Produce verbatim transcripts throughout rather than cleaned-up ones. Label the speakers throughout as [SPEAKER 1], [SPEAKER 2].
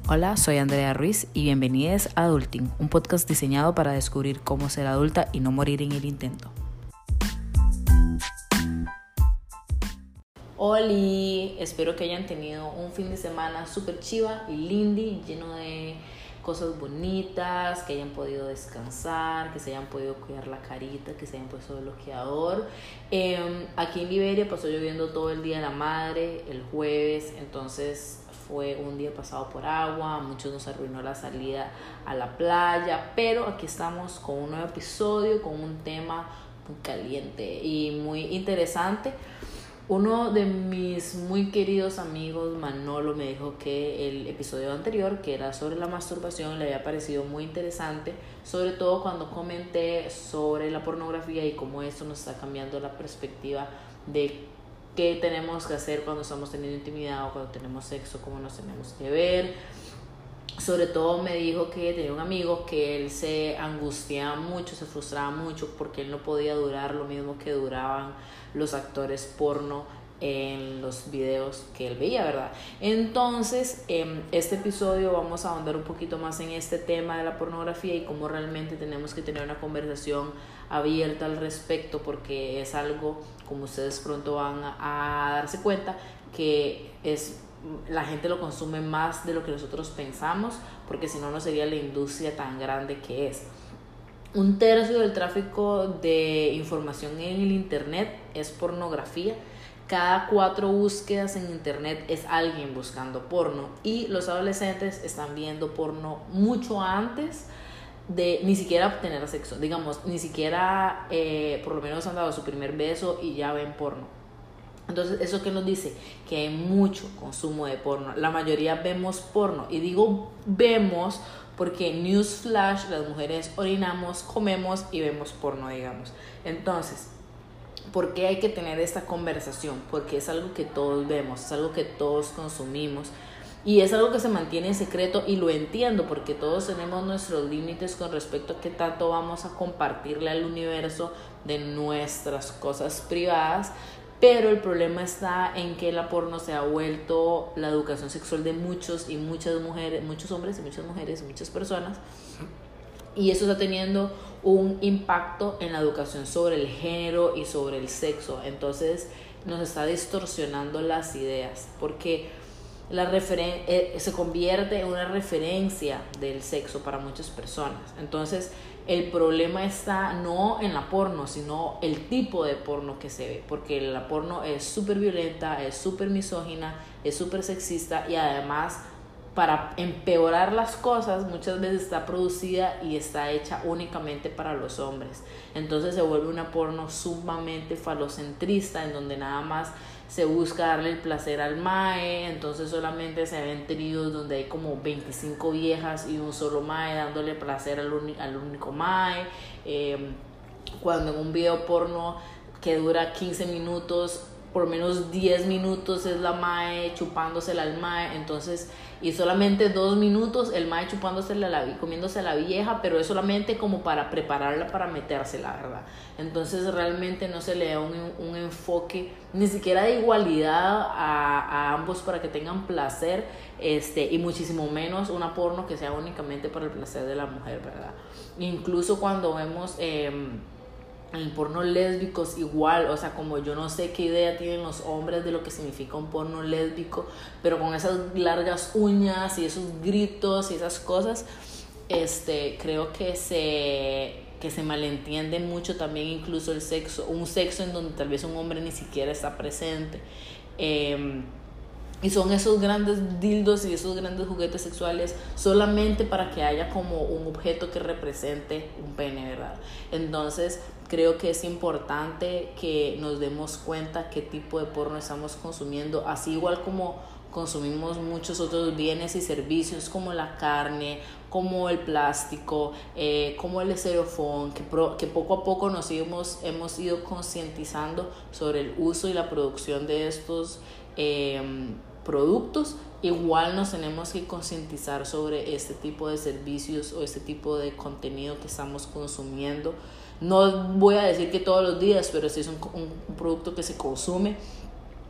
[SPEAKER 1] Hola, soy Andrea Ruiz y bienvenidos a Adulting, un podcast diseñado para descubrir cómo ser adulta y no morir en el intento. Oli, espero que hayan tenido un fin de semana súper chiva y lindy, lleno de cosas bonitas, que hayan podido descansar, que se hayan podido cuidar la carita, que se hayan puesto bloqueador. Eh, aquí en Liberia pasó lloviendo todo el día la madre, el jueves, entonces fue un día pasado por agua, a muchos nos arruinó la salida a la playa, pero aquí estamos con un nuevo episodio, con un tema muy caliente y muy interesante. Uno de mis muy queridos amigos, Manolo, me dijo que el episodio anterior, que era sobre la masturbación, le había parecido muy interesante, sobre todo cuando comenté sobre la pornografía y cómo esto nos está cambiando la perspectiva de qué tenemos que hacer cuando estamos teniendo intimidad o cuando tenemos sexo, cómo nos tenemos que ver. Sobre todo me dijo que tenía un amigo que él se angustiaba mucho, se frustraba mucho porque él no podía durar lo mismo que duraban los actores porno en los videos que él veía, ¿verdad? Entonces, en este episodio vamos a ahondar un poquito más en este tema de la pornografía y cómo realmente tenemos que tener una conversación abierta al respecto, porque es algo, como ustedes pronto van a, a darse cuenta, que es la gente lo consume más de lo que nosotros pensamos, porque si no, no sería la industria tan grande que es. Un tercio del tráfico de información en el internet es pornografía. Cada cuatro búsquedas en internet es alguien buscando porno, y los adolescentes están viendo porno mucho antes de ni siquiera tener sexo, digamos, ni siquiera eh, por lo menos han dado su primer beso y ya ven porno. Entonces, ¿eso qué nos dice? Que hay mucho consumo de porno. La mayoría vemos porno. Y digo vemos porque newsflash, las mujeres orinamos, comemos y vemos porno, digamos. Entonces, ¿por qué hay que tener esta conversación? Porque es algo que todos vemos, es algo que todos consumimos. Y es algo que se mantiene en secreto, y lo entiendo porque todos tenemos nuestros límites con respecto a qué tanto vamos a compartirle al universo de nuestras cosas privadas. Pero el problema está en que la porno se ha vuelto la educación sexual de muchos y muchas mujeres, muchos hombres y muchas mujeres y muchas personas. Y eso está teniendo un impacto en la educación sobre el género y sobre el sexo. Entonces nos está distorsionando las ideas, porque la referen- eh, se convierte en una referencia del sexo para muchas personas. Entonces el problema está no en la porno, sino el tipo de porno que se ve, porque la porno es súper violenta, es súper misógina, es súper sexista, y además, para empeorar las cosas, muchas veces está producida y está hecha únicamente para los hombres. Entonces se vuelve una porno sumamente falocentrista, en donde nada más se busca darle el placer al mae. Entonces solamente se ven tríos donde hay como veinticinco viejas y un solo mae dándole placer al, uni- al único mae. Eh, cuando en un video porno que dura quince minutos, por lo menos diez minutos es la mae chupándosela al mae, entonces, y solamente dos minutos el mae chupándosela, la, comiéndose a la vieja, pero es solamente como para prepararla para metérsela, ¿verdad? Entonces realmente no se le da un, un enfoque ni siquiera de igualdad a, a ambos para que tengan placer, este, y muchísimo menos una porno que sea únicamente para el placer de la mujer, ¿verdad? Incluso cuando vemos eh, en porno lésbicos, igual, o sea, como yo no sé qué idea tienen los hombres de lo que significa un porno lésbico, pero con esas largas uñas y esos gritos y esas cosas, este, creo que se, que se malentiende mucho también incluso el sexo, un sexo en donde tal vez un hombre ni siquiera está presente. Eh, Y son esos grandes dildos y esos grandes juguetes sexuales solamente para que haya como un objeto que represente un pene, ¿verdad? Entonces creo que es importante que nos demos cuenta qué tipo de porno estamos consumiendo, así igual como consumimos muchos otros bienes y servicios como la carne, como el plástico, eh, como el estereofón, que, pro, que poco a poco nos hemos, hemos ido concientizando sobre el uso y la producción de estos eh, productos. Igual nos tenemos que concientizar sobre este tipo de servicios o este tipo de contenido que estamos consumiendo. No voy a decir que todos los días, pero sí es un, un, un producto que se consume.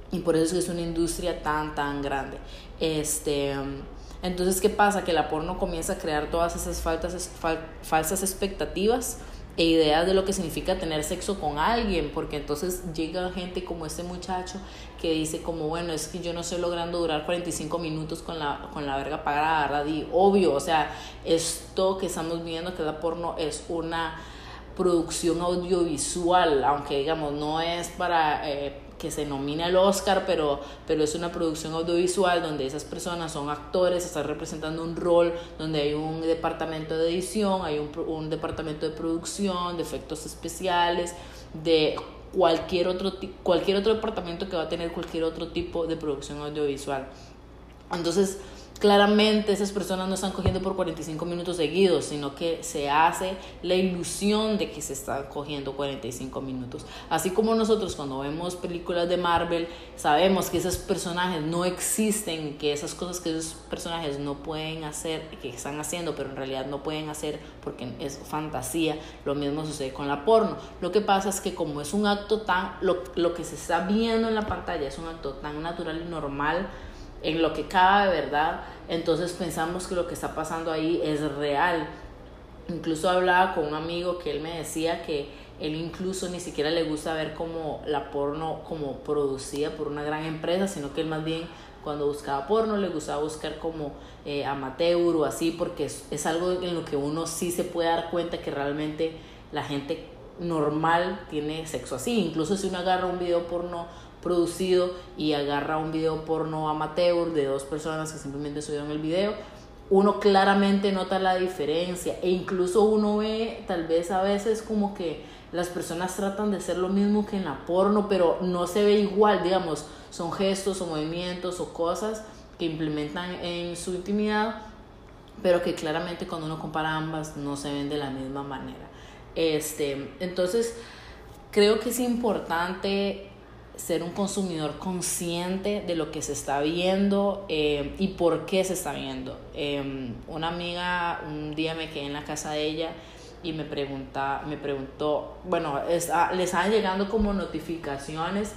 [SPEAKER 1] y por eso es que es una industria tan, tan grande. Este, entonces, ¿qué pasa? Que la porno comienza a crear todas esas faltas, fal, falsas expectativas e ideas de lo que significa tener sexo con alguien, porque entonces llega gente como este muchacho que dice como, bueno, es que yo no estoy logrando durar cuarenta y cinco minutos con la, con la verga pagada, ¿verdad? Y obvio, o sea, esto que estamos viendo que la porno es una producción audiovisual, aunque digamos no es para eh, que se nomine al Oscar, pero, pero es una producción audiovisual donde esas personas son actores, están representando un rol, donde hay un departamento de edición, hay un, un departamento de producción, de efectos especiales, de cualquier otro, cualquier otro departamento que va a tener cualquier otro tipo de producción audiovisual. Entonces, claramente esas personas no están cogiendo por cuarenta y cinco minutos seguidos, sino que se hace la ilusión de que se están cogiendo cuarenta y cinco minutos. Así como nosotros cuando vemos películas de Marvel, sabemos que esos personajes no existen, que esas cosas que esos personajes no pueden hacer, que están haciendo, pero en realidad no pueden hacer porque es fantasía. Lo mismo sucede con la porno. Lo que pasa es que como es un acto tan, lo, lo que se está viendo en la pantalla es un acto tan natural y normal, en lo que cabe, ¿verdad? Entonces pensamos que lo que está pasando ahí es real. Incluso hablaba con un amigo que él me decía que él incluso ni siquiera le gusta ver como la porno como producida por una gran empresa, sino que él más bien cuando buscaba porno le gustaba buscar como eh, amateur o así, porque es, es algo en lo que uno sí se puede dar cuenta que realmente la gente normal tiene sexo así. Incluso si uno agarra un video porno producido y agarra un video porno amateur de dos personas que simplemente subieron el video, uno claramente nota la diferencia, e incluso uno ve tal vez a veces como que las personas tratan de hacer lo mismo que en la porno, pero no se ve igual, digamos, son gestos o movimientos o cosas que implementan en su intimidad, pero que claramente cuando uno compara ambas no se ven de la misma manera. Este, entonces creo que es importante ser un consumidor consciente de lo que se está viendo eh, y por qué se está viendo. Eh, una amiga, un día me quedé en la casa de ella y me, pregunta, me preguntó, bueno, es, a, le estaban llegando como notificaciones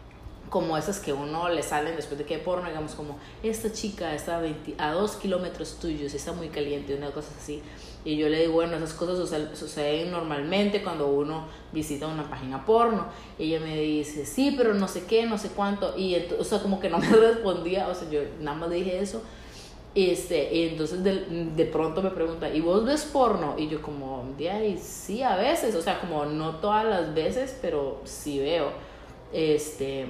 [SPEAKER 1] como esas que uno le salen después de que hay porno, digamos como esta chica está veinte, a dos kilómetros tuyos, está muy caliente, una cosa así. Y yo le digo, bueno, esas cosas suceden normalmente cuando uno visita una página porno. Y ella me dice, sí, pero no sé qué, no sé cuánto. Y entonces, o sea, como que no me respondía, o sea, yo nada más dije eso. Este, y entonces de, de pronto me pregunta, ¿y vos ves porno? Y yo como, y sí, a veces, o sea, como no todas las veces, pero sí veo. Este...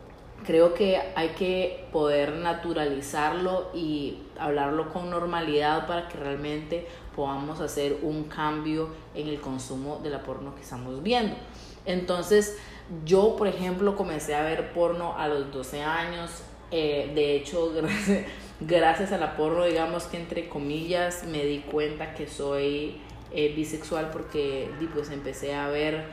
[SPEAKER 1] Creo que hay que poder naturalizarlo y hablarlo con normalidad para que realmente podamos hacer un cambio en el consumo de la porno que estamos viendo. Entonces, yo, por ejemplo, comencé a ver porno a los doce años. Eh, de hecho, gracias, gracias a la porno, digamos que entre comillas, me di cuenta que soy eh, bisexual porque pues, empecé a ver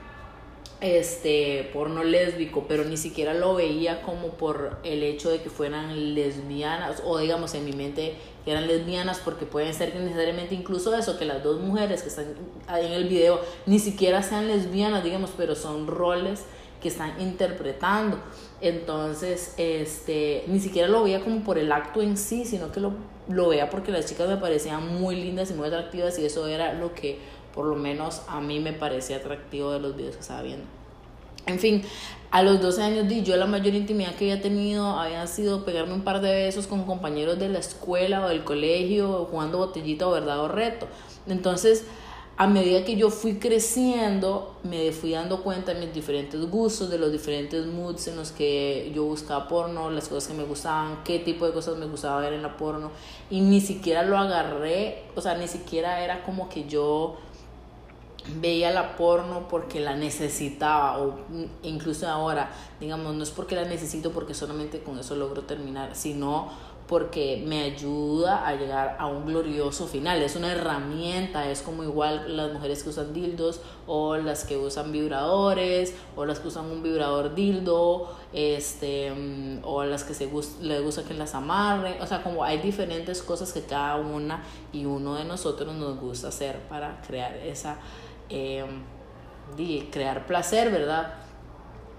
[SPEAKER 1] este porno lésbico, pero ni siquiera lo veía como por el hecho de que fueran lesbianas, o digamos en mi mente que eran lesbianas, porque pueden ser que necesariamente incluso eso, que las dos mujeres que están en el video ni siquiera sean lesbianas, digamos, pero son roles que están interpretando. Entonces este ni siquiera lo veía como por el acto en sí, sino que lo, lo veía porque las chicas me parecían muy lindas y muy atractivas, y eso era lo que por lo menos a mí me parecía atractivo de los videos que estaba viendo. En fin, a los doce años di, yo la mayor intimidad que había tenido había sido pegarme un par de besos con compañeros de la escuela o del colegio, jugando botellita o verdad o reto. Entonces, a medida que yo fui creciendo, me fui dando cuenta de mis diferentes gustos, de los diferentes moods en los que yo buscaba porno, las cosas que me gustaban, qué tipo de cosas me gustaba ver en la porno, y ni siquiera lo agarré, o sea, ni siquiera era como que yo veía la porno porque la necesitaba, o incluso ahora, digamos, no es porque la necesito porque solamente con eso logro terminar, sino porque me ayuda a llegar a un glorioso final. Es una herramienta, es como igual las mujeres que usan dildos, o las que usan vibradores, o las que usan un vibrador dildo, este, o las que se gust- les gusta que las amarren. O sea, como hay diferentes cosas que cada una y uno de nosotros nos gusta hacer para crear esa Eh, de crear placer, ¿verdad?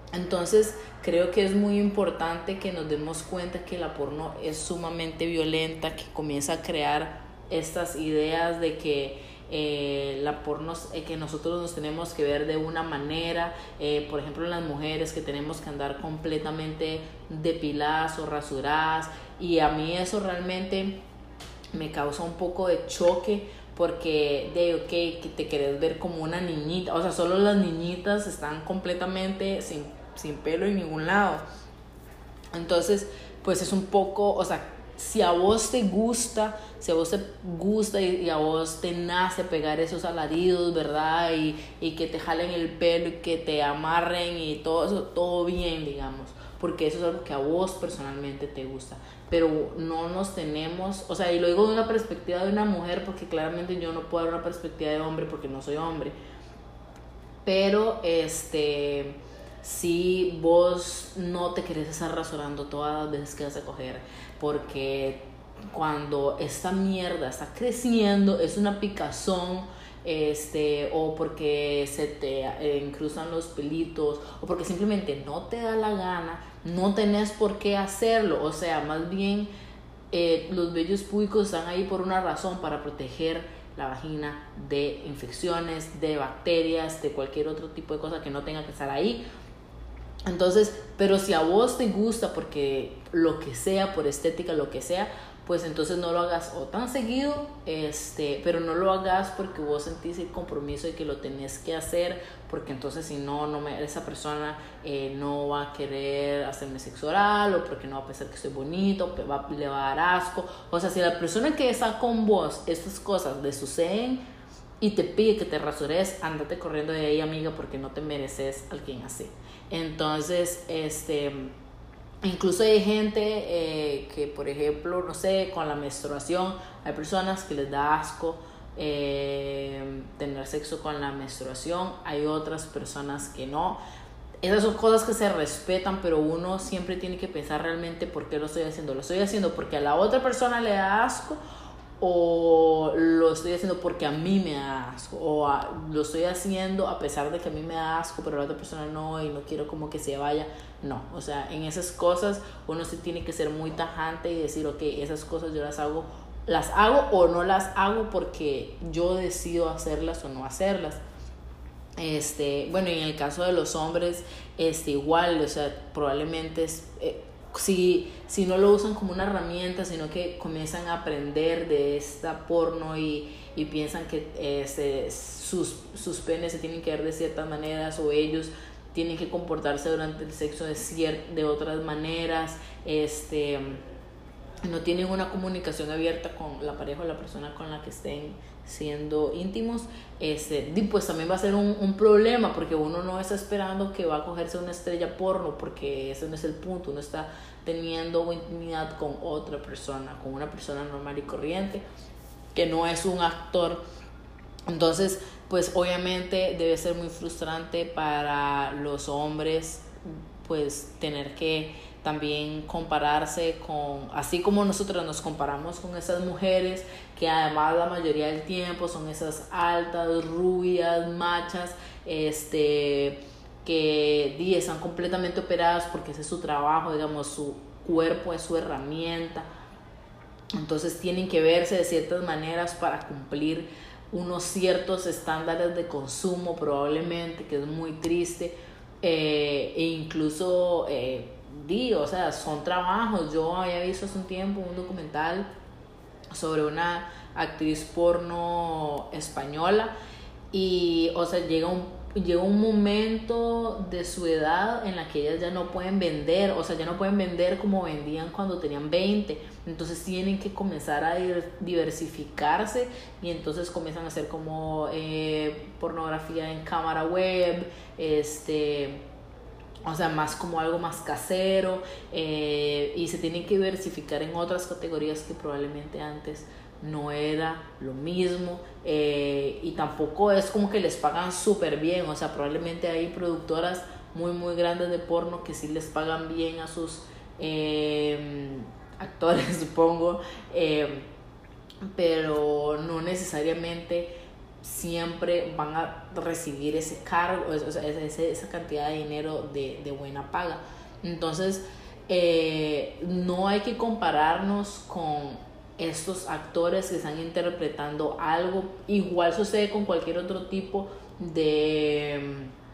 [SPEAKER 1] Entonces creo que es muy importante que nos demos cuenta que la porno es sumamente violenta, que comienza a crear estas ideas de que eh, la porno, eh, que nosotros nos tenemos que ver de una manera, eh, por ejemplo las mujeres que tenemos que andar completamente depiladas o rasuradas, y a mí eso realmente me causa un poco de choque, porque de ok, que te querés ver como una niñita, o sea, solo las niñitas están completamente sin, sin pelo en ningún lado. Entonces pues es un poco, o sea, si a vos te gusta, si a vos te gusta y, y a vos te nace pegar esos alaridos, ¿verdad? Y, y que te jalen el pelo y que te amarren y todo eso, todo bien, digamos, porque eso es algo que a vos personalmente te gusta. Pero no nos tenemos, o sea, y lo digo de una perspectiva de una mujer, porque claramente yo no puedo dar una perspectiva de hombre porque no soy hombre, pero este, si vos no te querés estar rasurando todas las veces que vas a coger, porque cuando esta mierda está creciendo es una picazón, este, o porque se te eh, cruzan los pelitos, o porque simplemente no te da la gana, no tenés por qué hacerlo. O sea, más bien eh, los vellos públicos están ahí por una razón, para proteger la vagina de infecciones, de bacterias, de cualquier otro tipo de cosa que no tenga que estar ahí. Entonces, pero si a vos te gusta, porque lo que sea, por estética, lo que sea, pues entonces no lo hagas o tan seguido, este, pero no lo hagas porque vos sentís el compromiso de que lo tenés que hacer, porque entonces si no, no me, esa persona eh, no va a querer hacerme sexo oral, o porque no va a pensar que estoy bonito, que va, le va a dar asco. O sea, si la persona que está con vos, estas cosas le suceden y te pide que te rasures, ándate corriendo de ahí, amiga, porque no te mereces a alguien así. Entonces, este, incluso hay gente eh, que, por ejemplo, no sé, con la menstruación, hay personas que les da asco eh, tener sexo con la menstruación, hay otras personas que no. Esas son cosas que se respetan, pero uno siempre tiene que pensar realmente por qué lo estoy haciendo. ¿Lo estoy haciendo porque a la otra persona le da asco? ¿O lo estoy haciendo porque a mí me da asco? ¿O a, lo estoy haciendo a pesar de que a mí me da asco, pero a la otra persona no, y no quiero como que se vaya? No, o sea, en esas cosas uno sí tiene que ser muy tajante y decir, ok, esas cosas yo las hago, las hago o no las hago porque yo decido hacerlas o no hacerlas. Este, bueno, y en el caso de los hombres, este, igual, o sea, probablemente es... Eh, Si, si no lo usan como una herramienta, sino que comienzan a aprender de esta porno y, y piensan que eh, se, sus, sus penes se tienen que ver de ciertas maneras, o ellos tienen que comportarse durante el sexo de, cier- de otras maneras, este, no tienen una comunicación abierta con la pareja o la persona con la que estén siendo íntimos, este, pues también va a ser un, un problema, porque uno no está esperando que va a cogerse una estrella porno, porque ese no es el punto. Uno está teniendo intimidad con otra persona, con una persona normal y corriente, que no es un actor. Entonces, pues obviamente debe ser muy frustrante para los hombres, pues tener que también compararse con, así como nosotros nos comparamos con esas mujeres que además la mayoría del tiempo son esas altas, rubias, machas, este, que di, están completamente operadas porque ese es su trabajo, digamos, su cuerpo es su herramienta. Entonces tienen que verse de ciertas maneras para cumplir unos ciertos estándares de consumo, probablemente, que es muy triste, eh, e incluso eh, di, o sea, son trabajos. Yo había visto hace un tiempo un documental sobre una actriz porno española, y o sea, llega un llega un momento de su edad en la que ellas ya no pueden vender, o sea, ya no pueden vender como vendían cuando tenían veinte, entonces tienen que comenzar a diversificarse, y entonces comienzan a hacer como eh, pornografía en cámara web, este, o sea, más como algo más casero, eh, y se tienen que diversificar en otras categorías que probablemente antes no era lo mismo, eh, y tampoco es como que les pagan súper bien. O sea, probablemente hay productoras muy muy grandes de porno que sí les pagan bien a sus eh, actores, supongo, eh, pero no necesariamente siempre van a recibir ese cargo, o sea, ese, esa cantidad de dinero de, de buena paga. Entonces, eh, no hay que compararnos con estos actores que están interpretando algo. Igual sucede con cualquier otro tipo de,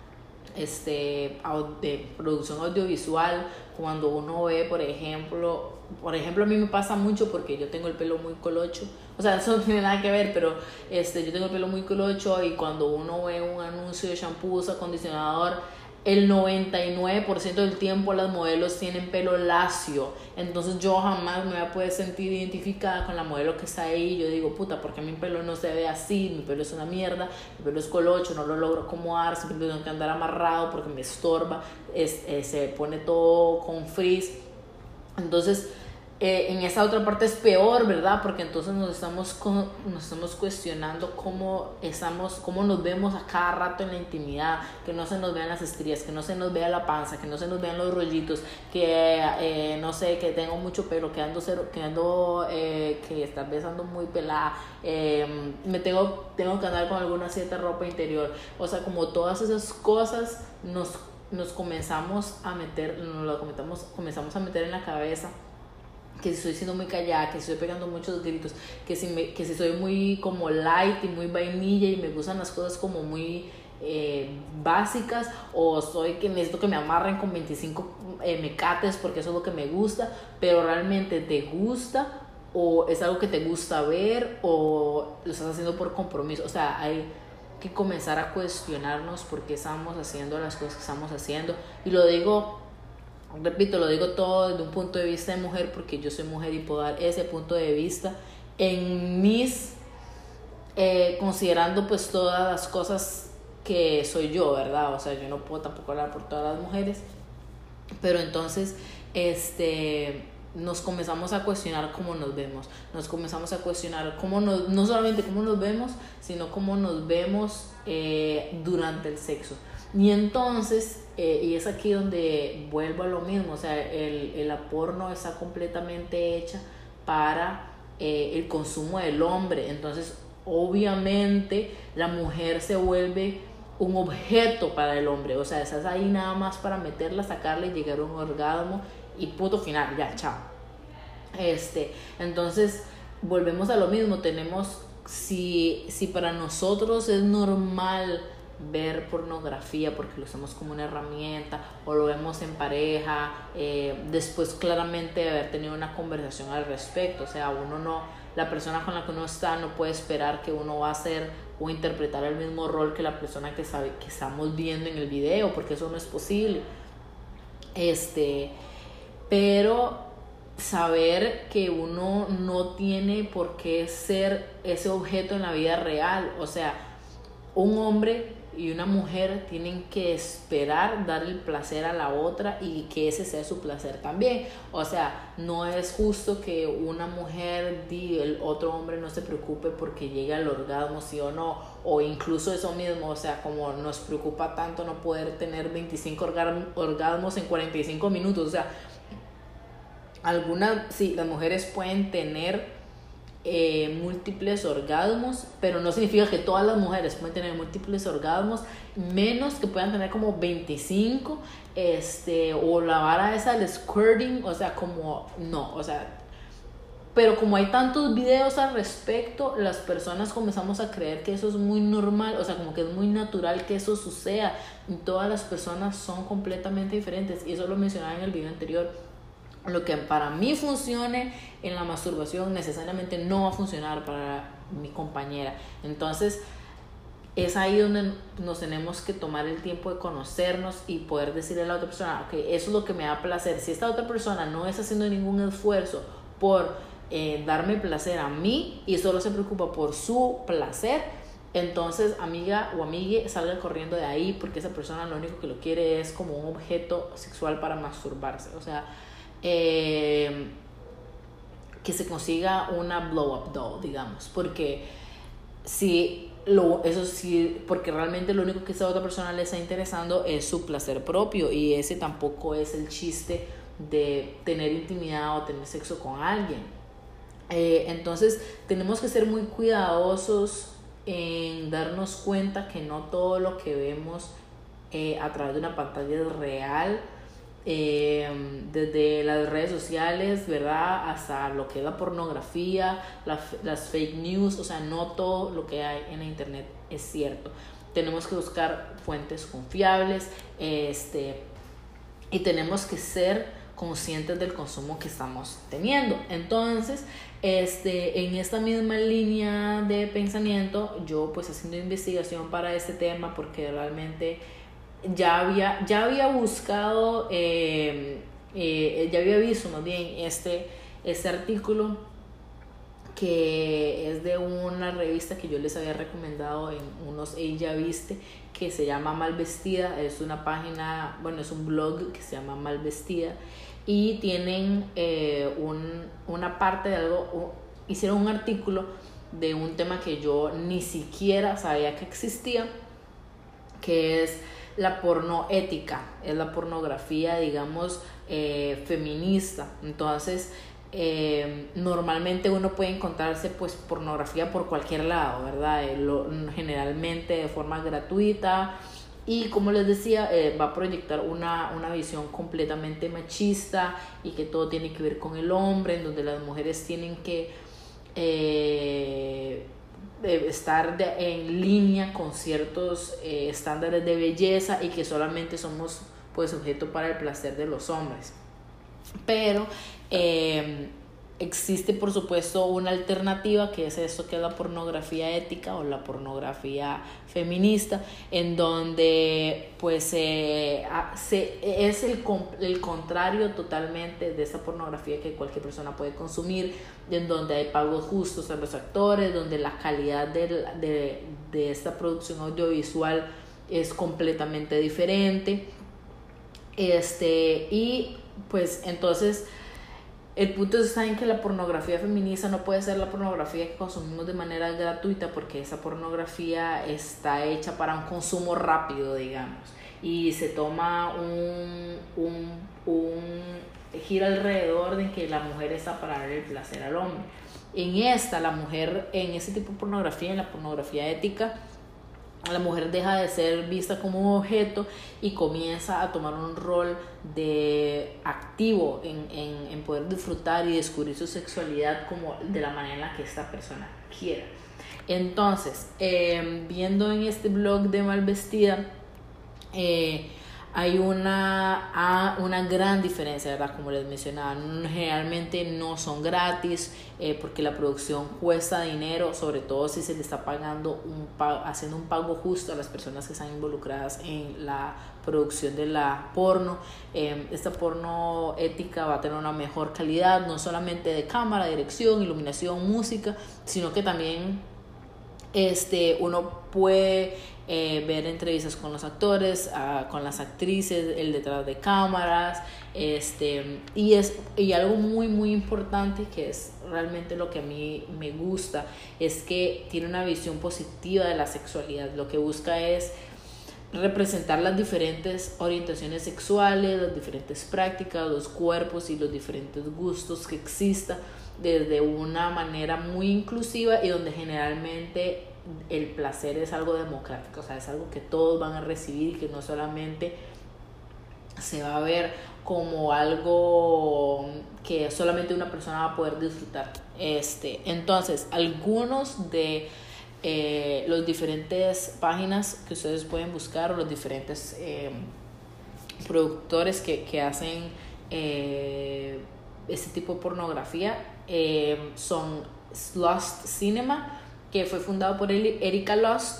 [SPEAKER 1] este, de producción audiovisual. Cuando uno ve, por ejemplo, por ejemplo a mí me pasa mucho porque yo tengo el pelo muy colocho, o sea, eso no tiene nada que ver, pero este, yo tengo el pelo muy colocho, y cuando uno ve un anuncio de shampoo, acondicionador, el noventa y nueve por ciento del tiempo las modelos tienen pelo lacio. Entonces yo jamás me voy a poder sentir identificada con la modelo que está ahí. Yo digo, puta, ¿por qué mi pelo no se ve así? Mi pelo es una mierda, mi pelo es colocho, no lo logro acomodar, siempre tengo que andar amarrado porque me estorba, es, eh, se pone todo con frizz. Entonces, eh, en esa otra parte es peor, ¿verdad? Porque entonces nos estamos, con, nos estamos cuestionando cómo, estamos, cómo nos vemos a cada rato en la intimidad, que no se nos vean las estrías, que no se nos vea la panza, que no se nos vean los rollitos, que eh, no sé, que tengo mucho pelo, que ando, cero, que, ando eh, que está besando muy pelada, eh, me tengo, tengo que andar con alguna cierta ropa interior. O sea, como todas esas cosas nos, nos comenzamos a meter, nos lo comenzamos, comenzamos a meter en la cabeza. Que si estoy siendo muy callada, que si estoy pegando muchos gritos, que si, me, que si soy muy como light y muy vainilla y me gustan las cosas como muy eh, básicas, o soy que necesito que me amarren con veinticinco eh, mecates porque eso es lo que me gusta, pero realmente te gusta, o es algo que te gusta ver, o lo estás haciendo por compromiso. O sea, hay que comenzar a cuestionarnos por qué estamos haciendo las cosas que estamos haciendo. Y lo digo, repito, lo digo todo desde un punto de vista de mujer, porque yo soy mujer y puedo dar ese punto de vista en mis, eh, considerando pues todas las cosas que soy yo, ¿verdad? O sea, yo no puedo tampoco hablar por todas las mujeres, pero entonces, este, nos comenzamos a cuestionar cómo nos vemos, nos comenzamos a cuestionar cómo nos, no solamente cómo nos vemos, sino cómo nos vemos eh, durante el sexo. Y entonces, eh, y es aquí donde vuelvo a lo mismo, o sea, el, el la porno está completamente hecha para eh, el consumo del hombre. Entonces, obviamente, la mujer se vuelve un objeto para el hombre. O sea, estás ahí nada más para meterla, sacarla y llegar a un orgasmo y punto final, ya, chao. Este, entonces, volvemos a lo mismo. Tenemos, si, si para nosotros es normal ver pornografía porque lo usamos como una herramienta, o lo vemos en pareja, eh, después claramente de haber tenido una conversación al respecto. O sea, uno no, la persona con la que uno está no puede esperar que uno va a hacer o interpretar el mismo rol que la persona que sabe que estamos viendo en el video, porque eso no es posible. Este, pero saber que uno no tiene por qué ser ese objeto en la vida real. O sea, un hombre y una mujer tienen que esperar dar el placer a la otra y que ese sea su placer también. O sea, no es justo que una mujer y el otro hombre no se preocupe porque llegue al orgasmo, sí o no, o incluso eso mismo. O sea, como nos preocupa tanto no poder tener veinticinco orgasmos en cuarenta y cinco minutos. O sea, algunas, sí, las mujeres pueden tener Eh, múltiples orgasmos, pero no significa que todas las mujeres pueden tener múltiples orgasmos, menos que puedan tener como veinticinco, este, o la vara esa del squirting. O sea, como no, o sea, pero como hay tantos videos al respecto, las personas comenzamos a creer que eso es muy normal, o sea, como que es muy natural que eso suceda, y todas las personas son completamente diferentes, y eso lo mencionaba en el video anterior. Lo que para mí funcione en la masturbación necesariamente no va a funcionar para mi compañera. Entonces, es ahí donde nos tenemos que tomar el tiempo de conocernos y poder decirle a la otra persona, ok, eso es lo que me da placer. Si esta otra persona no está haciendo ningún esfuerzo por eh, darme placer a mí y solo se preocupa por su placer, entonces, amiga o amigue, salga corriendo de ahí, porque esa persona lo único que lo quiere es como un objeto sexual para masturbarse. O sea, Eh, que se consiga una blow up doll, digamos, porque si lo, eso sí, porque realmente lo único que esa otra persona le está interesando es su placer propio, y ese tampoco es el chiste de tener intimidad o tener sexo con alguien. Eh, entonces tenemos que ser muy cuidadosos en darnos cuenta que no todo lo que vemos eh, a través de una pantalla es real, eh, desde las redes sociales, ¿verdad? Hasta lo que es la pornografía, la, las fake news, o sea, no todo lo que hay en la internet es cierto. Tenemos que buscar fuentes confiables, este, y tenemos que ser conscientes del consumo que estamos teniendo. Entonces, este, en esta misma línea de pensamiento, yo pues haciendo investigación para este tema, porque realmente ya había, ya había buscado, eh, eh, ya había visto más bien este, este artículo que es de una revista que yo les había recomendado en unos Ella Viste, que se llama Malvestida. Es una página, bueno, es un blog que se llama Malvestida, y tienen eh, un, una parte de algo, un, hicieron un artículo de un tema que yo ni siquiera sabía que existía, que es la pornoética, es la pornografía, digamos, eh, feminista. Entonces, Eh, normalmente uno puede encontrarse pues pornografía por cualquier lado, ¿verdad? Eh, lo, generalmente de forma gratuita, y como les decía, eh, va a proyectar una, una visión completamente machista y que todo tiene que ver con el hombre, en donde las mujeres tienen que eh, estar de, en línea con ciertos eh, estándares de belleza, y que solamente somos pues objeto para el placer de los hombres. Pero eh, existe por supuesto una alternativa, que es esto que es la pornografía ética o la pornografía feminista, en donde pues eh, se, es el, el contrario totalmente de esa pornografía que cualquier persona puede consumir, en donde hay pagos justos a los actores, donde la calidad de, de, de esta producción audiovisual es completamente diferente, este, y pues entonces el punto está en que la pornografía feminista no puede ser la pornografía que consumimos de manera gratuita, porque esa pornografía está hecha para un consumo rápido, digamos, y se toma un, un, un gira alrededor de que la mujer está para darle el placer al hombre. En esta, la mujer, en ese tipo de pornografía, en la pornografía ética, la mujer deja de ser vista como un objeto y comienza a tomar un rol de activo en, en, en poder disfrutar y descubrir su sexualidad como de la manera en la que esta persona quiera. Entonces, eh, viendo en este blog de Malvestida, eh, hay una, una gran diferencia, ¿verdad? Como les mencionaba, generalmente no son gratis, eh, porque la producción cuesta dinero, sobre todo si se le está pagando un pago, haciendo un pago justo a las personas que están involucradas en la producción de la porno. Eh, esta porno ética va a tener una mejor calidad, no solamente de cámara, dirección, iluminación, música, sino que también este, uno puede Eh, ver entrevistas con los actores, uh, con las actrices, el detrás de cámaras, este, y, es, y algo muy muy importante, que es realmente lo que a mí me gusta, es que tiene una visión positiva de la sexualidad. Lo que busca es representar las diferentes orientaciones sexuales, las diferentes prácticas, los cuerpos y los diferentes gustos que exista, desde una manera muy inclusiva, y donde generalmente el placer es algo democrático, o sea, es algo que todos van a recibir, y que no solamente se va a ver como algo que solamente una persona va a poder disfrutar. Este, entonces, algunos de eh, los diferentes páginas que ustedes pueden buscar, o los diferentes eh, productores que, que hacen eh, este tipo de pornografía, eh, son Lust Cinema, que fue fundado por Erika Lust.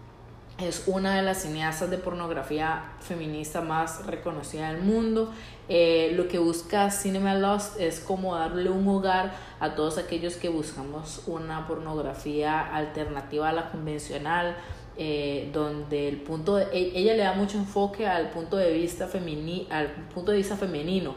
[SPEAKER 1] Es una de las cineastas de pornografía feminista más reconocida del mundo. Eh, lo que busca Cinema Lust es como darle un hogar a todos aquellos que buscamos una pornografía alternativa a la convencional, eh, donde el punto de, ella le da mucho enfoque al punto de vista femini, al punto de vista femenino,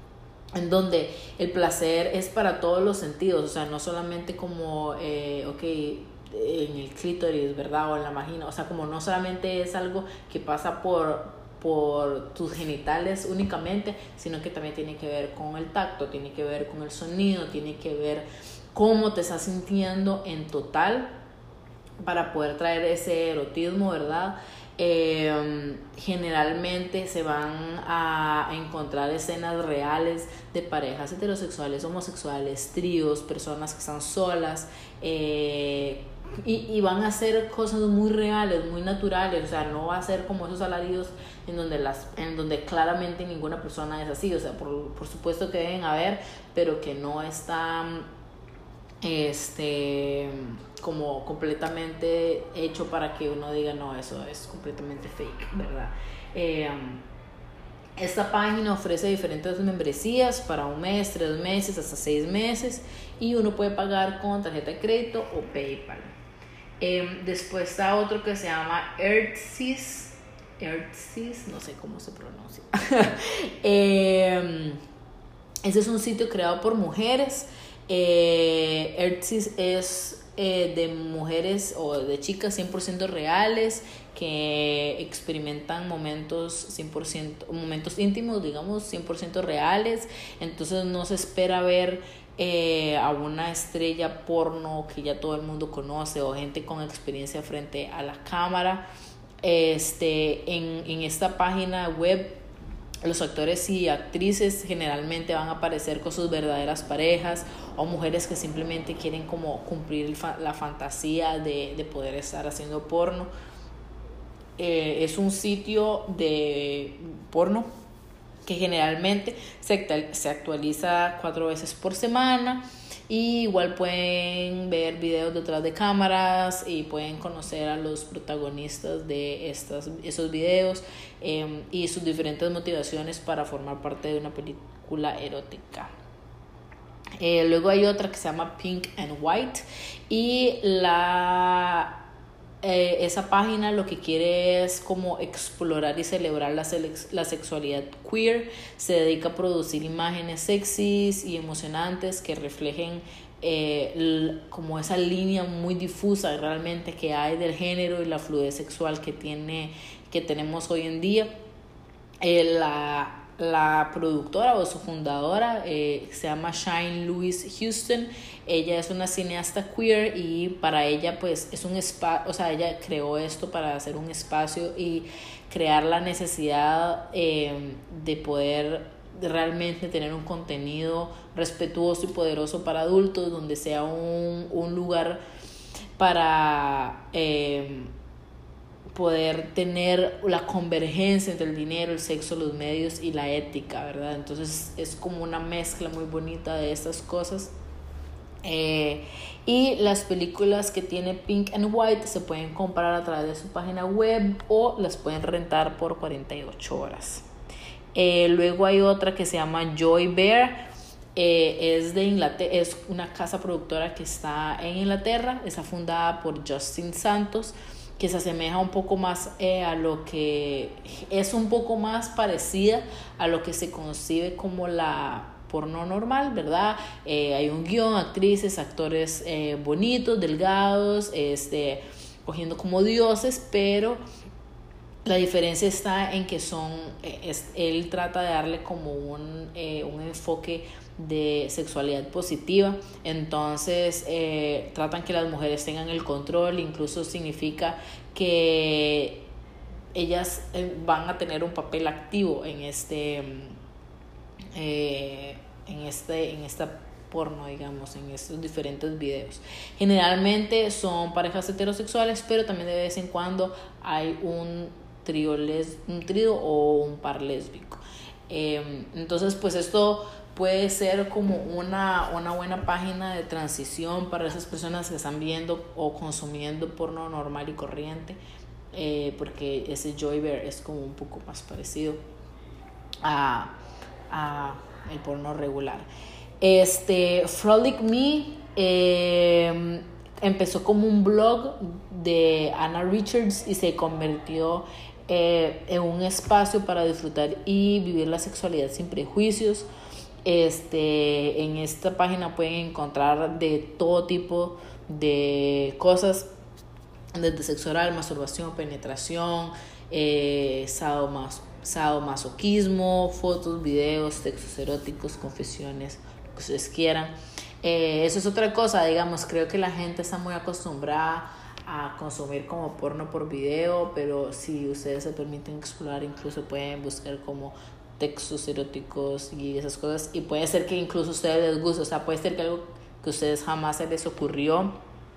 [SPEAKER 1] en donde el placer es para todos los sentidos, o sea, no solamente como, eh, ok, en el clítoris, ¿verdad? O en la vagina, o sea, como no solamente es algo que pasa por, por tus genitales únicamente, sino que también tiene que ver con el tacto, tiene que ver con el sonido, tiene que ver cómo te estás sintiendo en total para poder traer ese erotismo, ¿verdad? Eh, generalmente se van a encontrar escenas reales de parejas heterosexuales, homosexuales, tríos, personas que están solas, eh, y, y van a hacer cosas muy reales, muy naturales. O sea, no va a ser como esos alaridos en donde, las, en donde claramente ninguna persona es así. O sea, por, por supuesto que deben haber, pero que no están este como completamente hecho para que uno diga no, eso es completamente fake, ¿verdad? Eh, esta página ofrece diferentes membresías para un mes, tres meses, hasta seis meses, y uno puede pagar con tarjeta de crédito o PayPal. Eh, después está otro que se llama Earthsys, Earthsys, no sé cómo se pronuncia. eh, ese es un sitio creado por mujeres. Eh, Earthsys es eh, de mujeres o de chicas cien por ciento reales que experimentan momentos cien por ciento, momentos íntimos, digamos, cien por ciento reales. Entonces no se espera ver eh, a una estrella porno que ya todo el mundo conoce o gente con experiencia frente a la cámara. Este, en, en esta página web, los actores y actrices generalmente van a aparecer con sus verdaderas parejas o mujeres que simplemente quieren como cumplir la fantasía de, de poder estar haciendo porno. Eh, es un sitio de porno que generalmente se, se actualiza cuatro veces por semana. Y igual pueden ver videos detrás de cámaras y pueden conocer a los protagonistas de estas, esos videos eh, y sus diferentes motivaciones para formar parte de una película erótica. Eh, luego hay otra que se llama Pink and White, y la... Eh, esa página lo que quiere es como explorar y celebrar la, selex- la sexualidad queer. Se dedica a producir imágenes sexys y emocionantes que reflejen eh, l- como esa línea muy difusa realmente que hay del género y la fluidez sexual que, tiene, que tenemos hoy en día. Eh, la La productora o su fundadora eh, se llama Shine Louise Houston. Ella es una cineasta queer y para ella pues es un espacio, o sea, ella creó esto para hacer un espacio y crear la necesidad eh, de poder realmente tener un contenido respetuoso y poderoso para adultos, donde sea un, un lugar para... Eh, poder tener la convergencia entre el dinero, el sexo, los medios y la ética, ¿verdad? Entonces es como una mezcla muy bonita de estas cosas. Eh, y las películas que tiene Pink and White se pueden comprar a través de su página web o las pueden rentar por cuarenta y ocho horas. Eh, luego hay otra que se llama Joy Bear. Eh, es de Inglaterra, es una casa productora que está en Inglaterra, está fundada por Justin Santos, que se asemeja un poco más eh, a lo que es un poco más parecida a lo que se concibe como la porno normal, ¿verdad? Eh, hay un guión, actrices, actores eh, bonitos, delgados, este, cogiendo como dioses, pero la diferencia está en que son, es, él trata de darle como un, eh, un enfoque de sexualidad positiva. Entonces eh, tratan que las mujeres tengan el control, incluso significa que ellas eh, van a tener un papel activo en este eh, en este en esta porno, digamos, en estos diferentes videos. Generalmente son parejas heterosexuales, pero también de vez en cuando hay un trío, les, un trío o un par lésbico. Eh, entonces pues esto puede ser como una, una buena página de transición para esas personas que están viendo o consumiendo porno normal y corriente, eh, porque ese Joy Bear es como un poco más parecido a, a el porno regular. Este Frolic Me eh, empezó como un blog de Anna Richards y se convirtió eh, en un espacio para disfrutar y vivir la sexualidad sin prejuicios. Este, en esta página pueden encontrar de todo tipo de cosas, desde sexo oral, masturbación, penetración, eh, sadomas, sadomasoquismo, fotos, videos, textos eróticos, confesiones, lo que ustedes quieran. Eh, eso es otra cosa, digamos, creo que la gente está muy acostumbrada a consumir como porno por video, pero si ustedes se permiten explorar, incluso pueden buscar como textos eróticos y esas cosas, y puede ser que incluso a ustedes les guste, o sea, puede ser que algo que a ustedes jamás se les ocurrió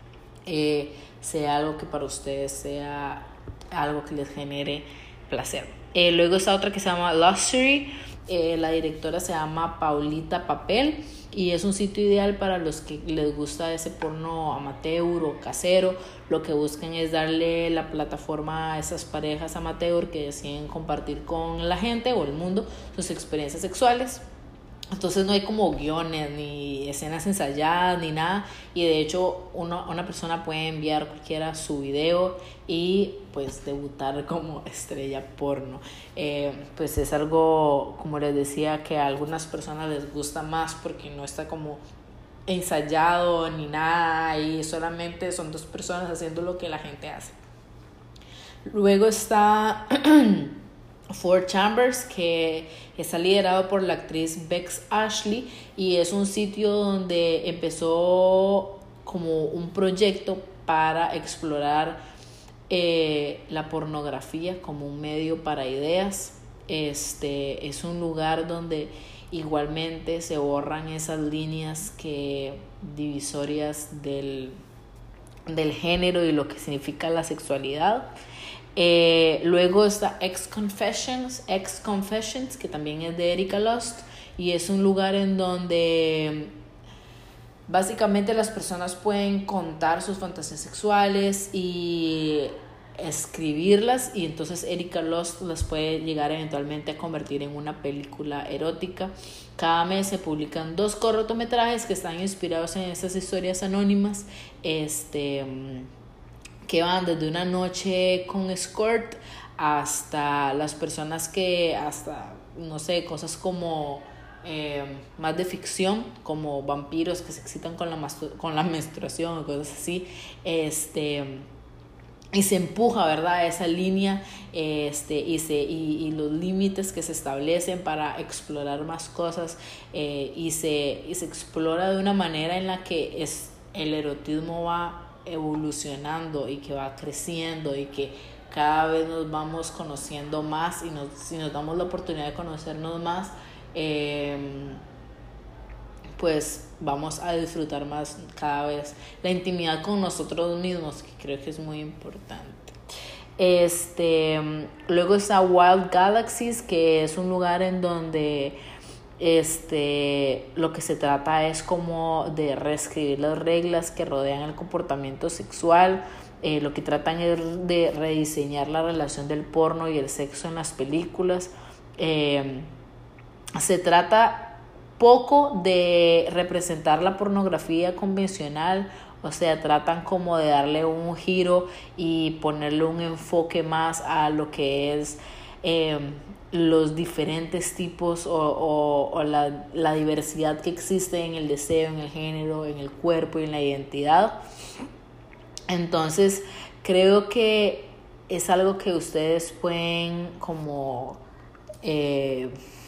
[SPEAKER 1] eh, sea algo que para ustedes sea algo que les genere placer. Eh, luego está otra que se llama Luxury. Eh, la directora se llama Paulita Papel y es un sitio ideal para los que les gusta ese porno amateur o casero. Lo que buscan es darle la plataforma a esas parejas amateur que deciden compartir con la gente o el mundo sus experiencias sexuales. Entonces no hay como guiones ni escenas ensayadas ni nada, y de hecho uno, una persona puede enviar cualquiera su video y pues debutar como estrella porno. Eh, pues es algo, como les decía, que a algunas personas les gusta más porque no está como ensayado ni nada y solamente son dos personas haciendo lo que la gente hace. Luego está Four Chambers, que está liderado por la actriz Bex Ashley, y es un sitio donde empezó como un proyecto para explorar eh, la pornografía como un medio para ideas. Este es un lugar donde igualmente se borran esas líneas que divisorias del, del género y lo que significa la sexualidad. Eh, luego está Ex Confessions, Ex Confessions, que también es de Erika Lust, y es un lugar en donde básicamente las personas pueden contar sus fantasías sexuales y escribirlas, y entonces Erika Lust las puede llegar eventualmente a convertir en una película erótica. Cada mes se publican dos cortometrajes que están inspirados en estas historias anónimas, este que van desde una noche con escort hasta las personas que, hasta, no sé, cosas como eh, más de ficción, como vampiros que se excitan con la, mastu- con la menstruación o cosas así, este, y se empuja, ¿verdad?, esa línea este, y, se, y, y los límites que se establecen para explorar más cosas, eh, y, se, y se explora de una manera en la que es, el erotismo va evolucionando y que va creciendo y que cada vez nos vamos conociendo más, y nos, si nos damos la oportunidad de conocernos más, eh, pues vamos a disfrutar más cada vez la intimidad con nosotros mismos, que creo que es muy importante. Este, luego está Wild Galaxies, que es un lugar en donde Este, lo que se trata es como de reescribir las reglas que rodean el comportamiento sexual. Eh, lo que tratan es de rediseñar la relación del porno y el sexo en las películas. Eh, se trata poco de representar la pornografía convencional, o sea, tratan como de darle un giro y ponerle un enfoque más a lo que es eh, los diferentes tipos o, o, o la, la diversidad que existe en el deseo, en el género, en el cuerpo y en la identidad. Entonces creo que es algo que ustedes pueden como eh,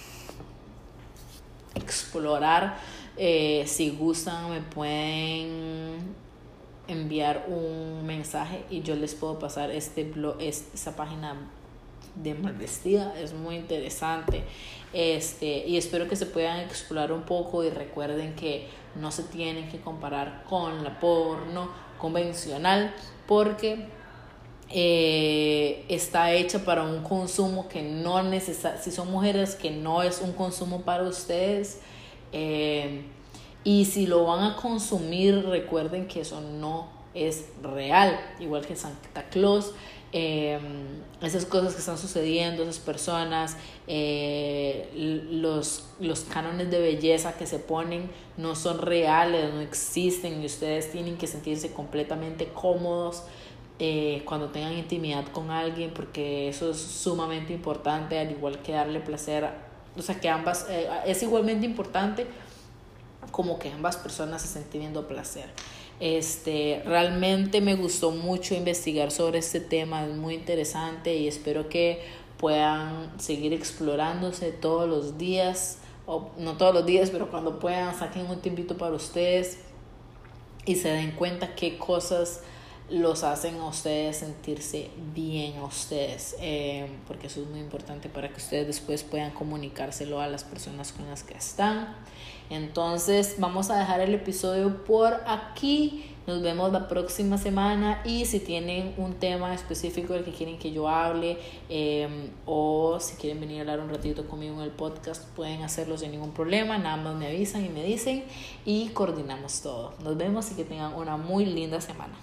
[SPEAKER 1] explorar. Eh, si gustan me pueden enviar un mensaje y yo les puedo pasar este blog, esta página de Malvestida, es muy interesante, este, y espero que se puedan explorar un poco, y recuerden que no se tienen que comparar con la porno convencional, porque eh, está hecha para un consumo que no necesita, si son mujeres, que no es un consumo para ustedes, eh, y si lo van a consumir, recuerden que eso no es real, igual que Santa Claus. Eh, esas cosas que están sucediendo, esas personas, eh, los, los cánones de belleza que se ponen no son reales, no existen, y ustedes tienen que sentirse completamente cómodos eh, cuando tengan intimidad con alguien, porque eso es sumamente importante, al igual que darle placer, o sea, que ambas, eh, es igualmente importante como que ambas personas se estén teniendo placer. Este, realmente me gustó mucho investigar sobre este tema, es muy interesante, y espero que puedan seguir explorándose todos los días, o no todos los días, pero cuando puedan, saquen un tiempito para ustedes y se den cuenta qué cosas los hacen a ustedes sentirse bien a ustedes, eh, porque eso es muy importante para que ustedes después puedan comunicárselo a las personas con las que están. Entonces vamos a dejar el episodio por aquí. Nos vemos la próxima semana, y si tienen un tema específico del que quieren que yo hable, eh, o si quieren venir a hablar un ratito conmigo en el podcast, pueden hacerlo sin ningún problema. Nada más me avisan y me dicen y coordinamos todo. Nos vemos y que tengan una muy linda semana.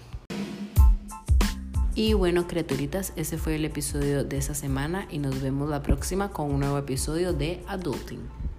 [SPEAKER 1] Y bueno, criaturitas, ese fue el episodio de esta semana y nos vemos la próxima con un nuevo episodio de Adulting.